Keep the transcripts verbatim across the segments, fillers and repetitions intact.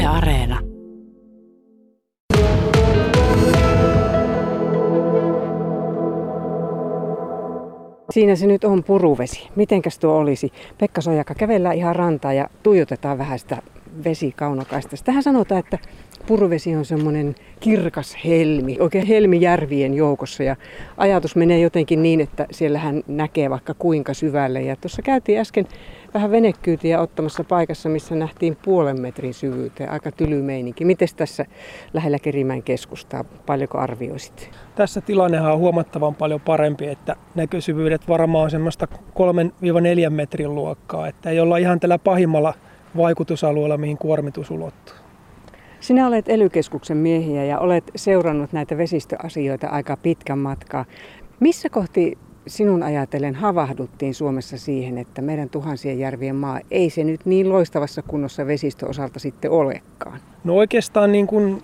Yle Areena. Siinä se nyt on, Puruvesi. Mitenkäs tuo olisi? Pekka Sojaka, kävellään ihan rantaa ja tuijotetaan vähän sitä vesikaunokaista. Tähän sanotaan, että Puruvesi on semmoinen kirkas helmi, oikein helmijärvien joukossa. Ja ajatus menee jotenkin niin, että siellähän näkee vaikka kuinka syvälle. Ja tuossa käytiin äsken vähän venekyytiä ottamassa paikassa, missä nähtiin puolen metrin syvyyteen. Aika tyly meininki. Mites tässä lähellä Kerimäen keskustaa? Paljonko arvioisit? Tässä tilannehan on huomattavan paljon parempi, että näkösyvyydet varmaan on semmoista kolmesta neljään metrin luokkaa. Että ei olla ihan tällä pahimmalla vaikutusalueella, mihin kuormitus ulottuu. Sinä olet E L Y-keskuksen miehiä ja olet seurannut näitä vesistöasioita aika pitkän matkaa. Missä kohti sinun ajatellen havahduttiin Suomessa siihen, että meidän tuhansien järvien maa ei se nyt niin loistavassa kunnossa vesistöosalta sitten olekaan? No oikeastaan niin kuin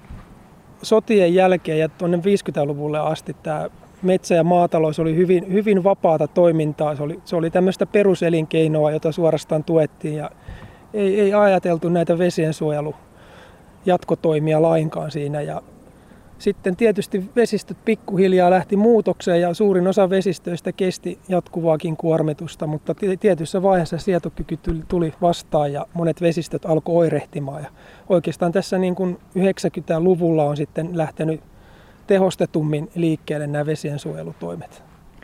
sotien jälkeen ja tuonne viisikymmentäluvulle asti tämä metsä- ja maatalous oli hyvin, hyvin vapaata toimintaa. Se oli, se oli tämmöistä peruselinkeinoa, jota suorastaan tuettiin ja ei, ei ajateltu näitä vesiensuojelu jatkotoimia lainkaan siinä. Ja sitten tietysti vesistöt pikkuhiljaa lähti muutokseen ja suurin osa vesistöistä kesti jatkuvaakin kuormitusta, mutta tietyssä vaiheessa sietokyky tuli vastaan ja monet vesistöt alkoi oirehtimaan. Ja oikeastaan tässä niin kuin yhdeksänkymmentäluvulla on sitten lähtenyt tehostetummin liikkeelle nämä vesiensuojelutoimet.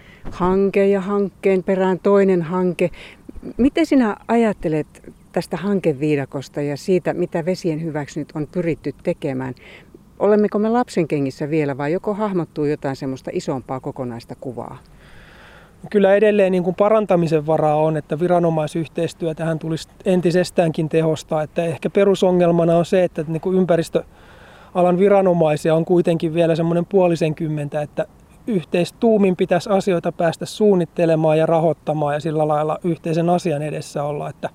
Hanke ja hankkeen perään toinen hanke. Miten sinä ajattelet tästä hankeviidakosta ja siitä, mitä vesien hyväksi nyt on pyritty tekemään? Olemmeko me lapsen kengissä vielä vai joko hahmottuu jotain semmoista isompaa kokonaista kuvaa? Kyllä edelleen niin kuin parantamisen varaa on, että viranomaisyhteistyötähän tulisi entisestäänkin tehostaa. Että ehkä perusongelmana on se, että niin kuin ympäristöalan viranomaisia on kuitenkin vielä semmoinen puolisenkymmentä, että yhteistuumin pitäisi asioita päästä suunnittelemaan ja rahoittamaan ja sillä lailla yhteisen asian edessä olla. Että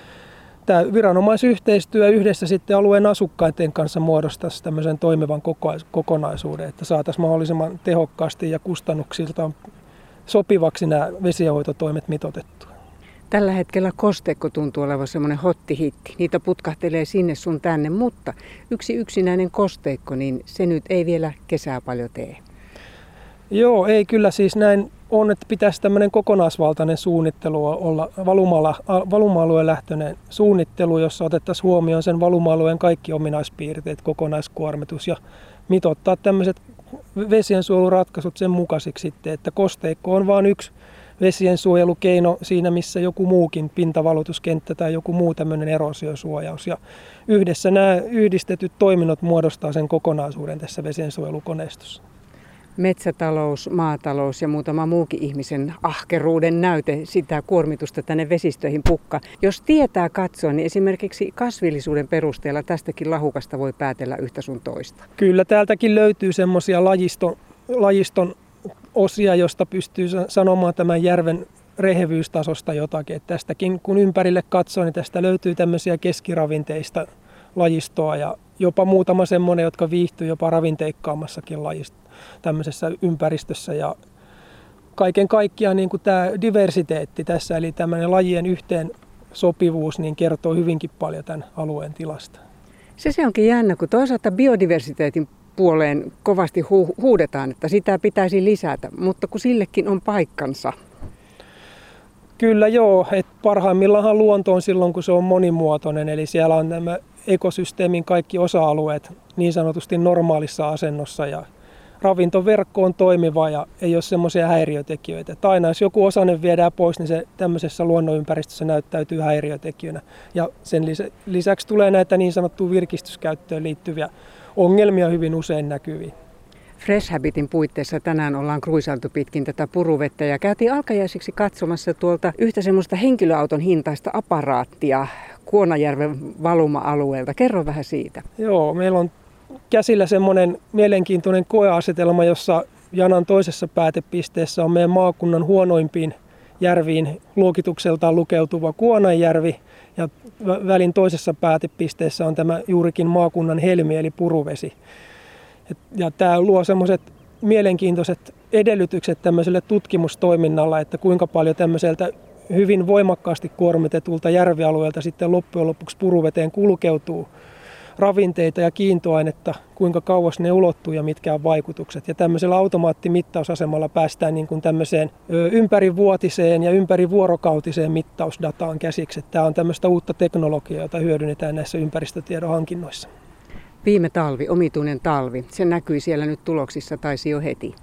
tämä viranomaisyhteistyö yhdessä sitten alueen asukkaiden kanssa muodostaisi tämmöisen toimivan kokonaisuuden, että saataisiin mahdollisimman tehokkaasti ja kustannuksiltaan sopivaksi nämä vesienhoitotoimet mitoitettua. Tällä hetkellä kosteikko tuntuu olevan semmoinen hottihitti. Niitä putkahtelee sinne sun tänne, mutta yksi yksinäinen kosteikko, niin se nyt ei vielä kesää paljon tee. Joo, ei kyllä siis näin on, että pitäisi tämmöinen kokonaisvaltainen suunnittelu olla valuma-alueen lähtöinen suunnittelu, jossa otettaisiin huomioon sen valuma-alueen kaikki ominaispiirteet, kokonaiskuormitus ja mitoittaa tämmöiset vesiensuojeluratkaisut sen mukaisiksi sitten, että kosteikko on vain yksi vesiensuojelukeino siinä, missä joku muukin pintavalutuskenttä tai joku muu tämmöinen erosiosuojaus. Ja yhdessä nämä yhdistetyt toiminnot muodostaa sen kokonaisuuden tässä vesiensuojelukoneistossa. Metsätalous, maatalous ja muutama muukin ihmisen ahkeruuden näyte sitä kuormitusta tänne vesistöihin pukka. Jos tietää katsoa, niin esimerkiksi kasvillisuuden perusteella tästäkin lahukasta voi päätellä yhtä sun toista. Kyllä, täältäkin löytyy semmoisia lajiston, lajiston osia, josta pystyy sanomaan tämän järven rehevyystasosta jotakin. Että tästäkin kun ympärille katsoo, niin tästä löytyy tämmöisiä keskiravinteista lajistoa ja jopa muutama semmoinen, jotka viihtyy jopa ravinteikkaammassakin lajista tämmöisessä ympäristössä. Ja kaiken kaikkiaan niin kuin tämä diversiteetti tässä, eli tämmöinen lajien yhteen sopivuus, niin kertoo hyvinkin paljon tämän alueen tilasta. Se se onkin jännä, kun toisaalta biodiversiteetin puoleen kovasti hu- huudetaan, että sitä pitäisi lisätä, mutta kun sillekin on paikkansa. Kyllä joo, että parhaimmillaan luonto on silloin, kun se on monimuotoinen, eli siellä on nämä ekosysteemin kaikki osa-alueet niin sanotusti normaalissa asennossa ja ravintoverkko on toimiva ja ei ole semmoisia häiriötekijöitä. Että aina jos joku osanen viedään pois, niin se tämmöisessä luonnonympäristössä näyttäytyy häiriötekijöinä. Ja sen lisäksi tulee näitä niin sanottuun virkistyskäyttöön liittyviä ongelmia hyvin usein näkyviin. Fresh Habitin puitteissa tänään ollaan kruisailtu pitkin tätä Puruvettä ja käytiin alkajaisiksi katsomassa tuolta yhtä semmoista henkilöauton hintaista aparaattia Kuonajärven valuma-alueelta. Kerro vähän siitä. Joo, meillä on käsillä semmoinen mielenkiintoinen koeasetelma, jossa janan toisessa päätepisteessä on meidän maakunnan huonoimpiin järviin luokitukseltaan lukeutuva Kuonanjärvi ja välin toisessa päätepisteessä on tämä juurikin maakunnan helmi eli Puruvesi. Ja tämä luo semmoiset mielenkiintoiset edellytykset tämmöiselle tutkimustoiminnalle, että kuinka paljon tämmöiseltä hyvin voimakkaasti kuormitetulta järvialueelta sitten loppujen lopuksi Puruveteen kulkeutuu ravinteita ja kiintoainetta, kuinka kauas ne ulottuu ja mitkä on vaikutukset. Ja tämmöisellä automaattimittausasemalla päästään niin kuin tämmöiseen ympärivuotiseen ja ympärivuorokautiseen mittausdataan käsiksi. Tämä on tämmöistä uutta teknologiaa, jota hyödynnetään näissä ympäristötiedon hankinnoissa. Viime talvi, omituinen talvi, se näkyi siellä nyt tuloksissa, taisi jo heti.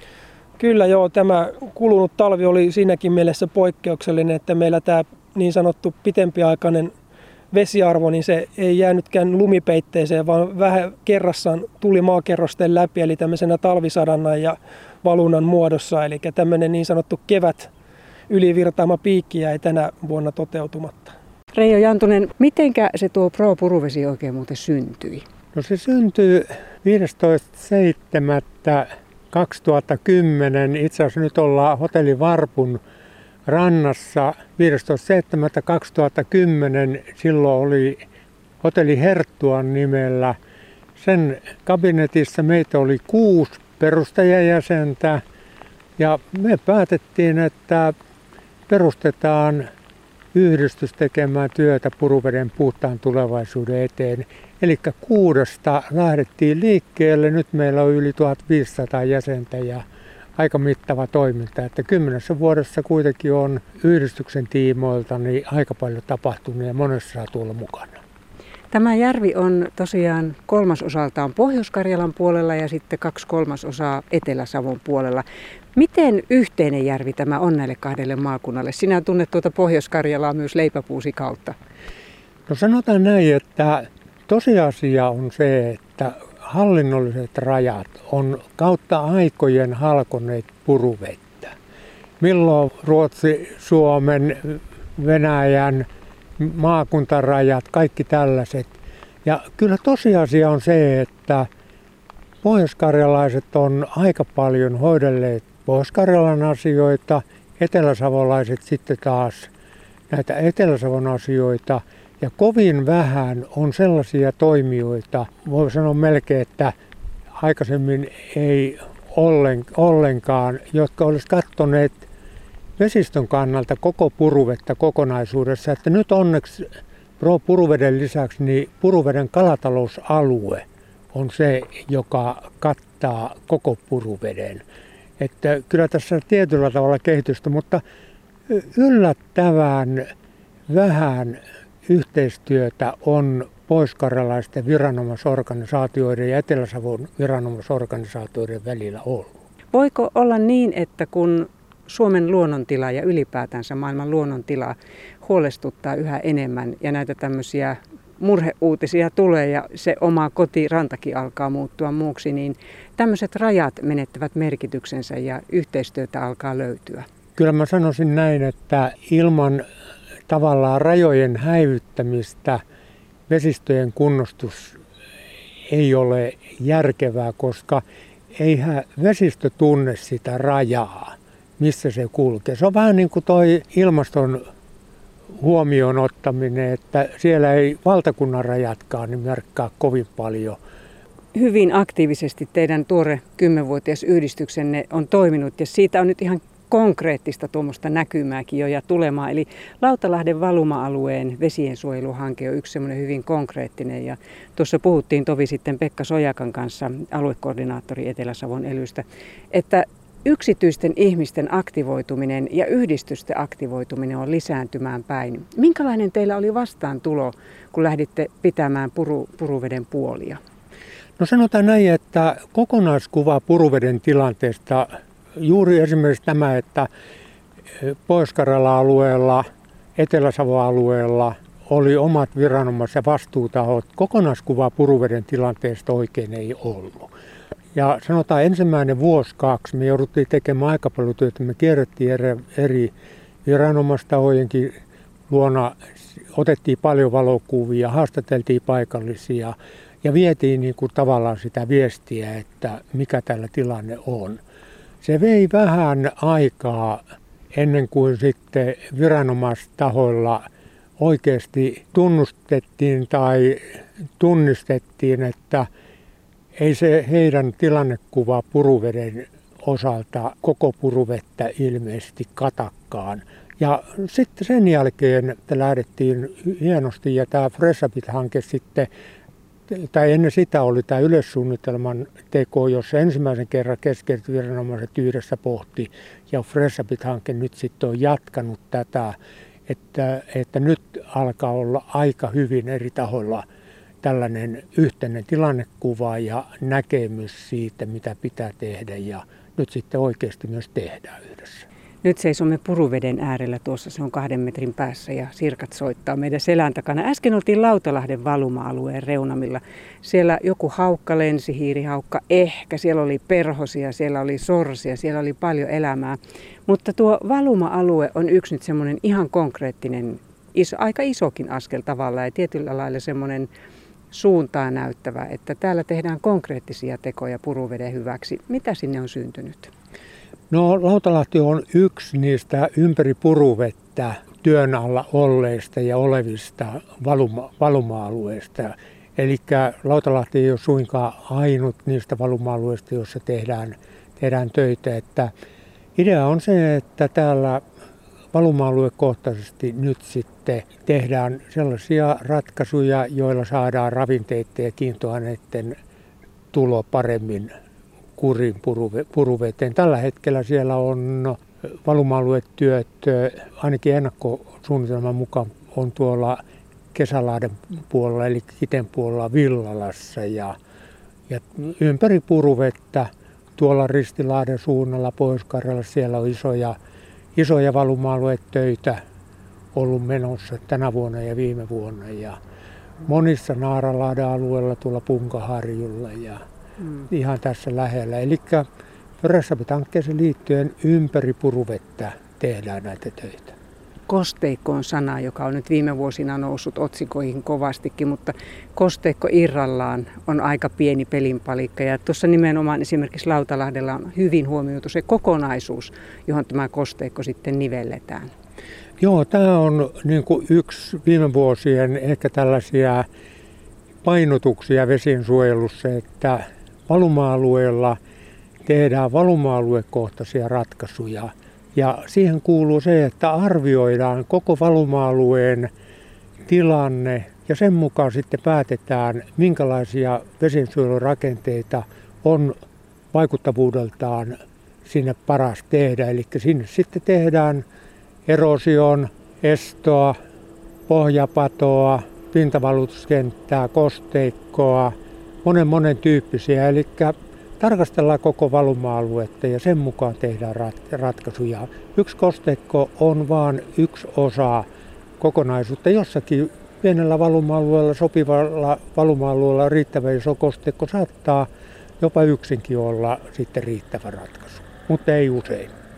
Kyllä joo, tämä kulunut talvi oli siinäkin mielessä poikkeuksellinen, että meillä tämä niin sanottu pitempiaikainen vesiarvo, niin se ei jäänytkään lumipeitteeseen, vaan vähän kerrassaan tuli maakerrosten läpi, eli tämmöisenä talvisadannan ja valunnan muodossa. Eli tämmöinen niin sanottu kevät ylivirtaama piikki jäi tänä vuonna toteutumatta. Reijo Jantunen, mitenkä se tuo Pro-puruvesi oikein muuten syntyi? No se syntyi viidestoista seitsemättä kaksituhattakymmenen. Itse asiassa nyt ollaan Hotelli Varpun rannassa. viidestoista seitsemättä kaksituhattakymmenen silloin oli Hotelli Herttuan nimellä. Sen kabinetissa meitä oli kuusi perustajajäsentä ja me päätettiin, että perustetaan yhdistys tekemään työtä puruveden puhtaan tulevaisuuden eteen. Eli kuudesta lähdettiin liikkeelle. Nyt meillä on yli tuhatviisisataa jäsentä ja aika mittava toiminta. Että kymmenessä vuodessa kuitenkin on yhdistyksen tiimoilta niin aika paljon tapahtunut ja monessa saa tulla mukana. Tämä järvi on tosiaan kolmasosaltaan Pohjois-Karjalan puolella ja sitten kaksi kolmasosaa Etelä-Savon puolella. Miten yhteinen järvi tämä on näille kahdelle maakunnalle? Sinä tunnet tuota Pohjois-Karjalaa myös leipäpuusi kautta. No sanotaan näin, että tosiasia on se, että hallinnolliset rajat on kautta aikojen halkoneet puruvettä. Milloin Ruotsi, Suomen, Venäjän maakuntarajat, kaikki tällaiset. Ja kyllä tosiasia on se, että pohjoiskarjalaiset on aika paljon hoidelleet Pohjois-Karjalan asioita, eteläsavolaiset sitten taas näitä Etelä-Savon asioita. Ja kovin vähän on sellaisia toimijoita, voi sanoa melkein, että aikaisemmin ei ollenkaan, jotka olisivat katsoneet vesistön kannalta koko puruvettä kokonaisuudessa. Että nyt onneksi Pro-puruveden lisäksi niin puruveden kalatalousalue on se, joka kattaa koko puruveden. Että kyllä tässä tietyllä tavalla kehitystä, mutta yllättävän vähän yhteistyötä on pohjoiskarjalaisten viranomaisorganisaatioiden ja Etelä-Savon viranomaisorganisaatioiden välillä ollut. Voiko olla niin, että kun Suomen luonnontila ja ylipäätänsä maailman luonnontila huolestuttaa yhä enemmän ja näitä tämmöisiä murheuutisia tulee ja se oma kotirantakin alkaa muuttua muuksi, niin tämmöiset rajat menettävät merkityksensä ja yhteistyötä alkaa löytyä? Kyllä mä sanoisin näin, että ilman tavallaan rajojen häivyttämistä vesistöjen kunnostus ei ole järkevää, koska eihän vesistö tunne sitä rajaa, missä se kulkee. Se on vähän niin kuin toi ilmaston huomioon ottaminen, että siellä ei valtakunnan rajatkaan niin merkkaa kovin paljon. Hyvin aktiivisesti teidän tuore kymmenvuotias yhdistyksenne on toiminut ja siitä on nyt ihan konkreettista tuommoista näkymääkin jo ja tulemaan. Eli Lautalahden valuma-alueen vesiensuojeluhanke on yksi semmoinen hyvin konkreettinen. Ja tuossa puhuttiin tovi sitten Pekka Sojakan kanssa, aluekoordinaattori Etelä-Savon elystä, että yksityisten ihmisten aktivoituminen ja yhdistysten aktivoituminen on lisääntymään päin. Minkälainen teillä oli vastaantulo, kun lähditte pitämään puru, puruveden puolia? No sanotaan näin, että kokonaiskuva puruveden tilanteesta juuri esimerkiksi tämä, että Pohjois-Karjalan alueella, Etelä-Savon alueella oli omat viranomais- ja vastuutahot. Kokonaiskuva puruveden tilanteesta oikein ei ollut. Ja sanotaan ensimmäinen vuosi kaksi, me jouduttiin tekemään aika paljon työtä. Me kierrettiin eri, eri viranomaistahojenkin luona, otettiin paljon valokuvia, haastateltiin paikallisia ja vietiin niin kuin tavallaan sitä viestiä, että mikä tällä tilanne on. Se vei vähän aikaa ennen kuin sitten viranomaistahoilla oikeasti tunnustettiin tai tunnistettiin, että ei se heidän tilannekuva puruveden osalta koko puruvettä ilmeisesti katakkaan. Ja sitten sen jälkeen että lähdettiin hienosti ja tämä Fressabit-hanke sitten tai ennen sitä oli tämä yleissuunnitelman teko, jossa ensimmäisen kerran keskeiset viranomaiset yhdessä pohti, ja Fressabit-hanke nyt sitten on jatkanut tätä, että, että nyt alkaa olla aika hyvin eri tahoilla tällainen yhteinen tilannekuva ja näkemys siitä, mitä pitää tehdä, ja nyt sitten oikeasti myös tehdään yhdessä. Nyt seisomme Puruveden äärellä tuossa, se on kahden metrin päässä ja sirkat soittaa meidän selän takana. Äsken oltiin Lautalahden valuma-alueen reunamilla. Siellä joku haukka lensi, hiirihaukka ehkä, siellä oli perhosia, siellä oli sorsia, siellä oli paljon elämää. Mutta tuo valuma-alue on yksi nyt semmoinen ihan konkreettinen, iso, aika isokin askel tavallaan ja tietyllä lailla semmoinen suuntaa näyttävä, että täällä tehdään konkreettisia tekoja Puruveden hyväksi. Mitä sinne on syntynyt? No, Lautalahti on yksi niistä ympäri Puruvettä työn alla olleista ja olevista valuma, valuma-alueista. Eli Lautalahti ei ole suinkaan ainut niistä valuma-alueista, joissa tehdään, tehdään töitä. Että idea on se, että täällä valuma-aluekohtaisesti nyt sitten tehdään sellaisia ratkaisuja, joilla saadaan ravinteiden ja kiintoaineiden tulo paremmin kurin Puruveteen. Tällä hetkellä siellä on valuma-aluetyöt, ainakin ennakkosuunnitelman mukaan on tuolla Kesälahden puolella, eli Kiten puolella Villalassa ja, ja ympäri Puruvettä, tuolla Ristilahden suunnalla Pohjois-Karjalassa, siellä on isoja, isoja valuma-aluetöitä ollut menossa tänä vuonna ja viime vuonna ja monissa Naaralahden alueella tuolla Punkaharjulla ja Mm. ihan tässä lähellä. Eli Fressabit-hankkeeseen liittyen ympäri Puruvettä tehdään näitä töitä. Kosteikko on sana, joka on nyt viime vuosina noussut otsikoihin kovastikin, mutta kosteikko irrallaan on aika pieni pelinpalikka. Ja tuossa nimenomaan esimerkiksi Lautalahdella on hyvin huomioitu se kokonaisuus, johon tämä kosteikko sitten nivelletään. Joo, tämä on niin kuin yksi viime vuosien ehkä tällaisia painotuksia vesiensuojelussa, että valuma-alueella tehdään valuma-aluekohtaisia ratkaisuja. Ja siihen kuuluu se, että arvioidaan koko valuma-alueen tilanne ja sen mukaan sitten päätetään, minkälaisia vesiensuojelurakenteita on vaikuttavuudeltaan sinne paras tehdä. Eli sinne sitten tehdään erosion estoa, pohjapatoa, pintavalutuskenttää, kosteikkoa, monen monen tyyppisiä. Eli tarkastellaan koko valuma-aluetta ja sen mukaan tehdään ratkaisuja. Yksi kosteikko on vain yksi osa kokonaisuutta. Jossakin pienellä valuma-alueella, sopivalla valuma-alueella riittävä iso kosteikko saattaa jopa yksinkin olla sitten riittävä ratkaisu, mutta ei usein.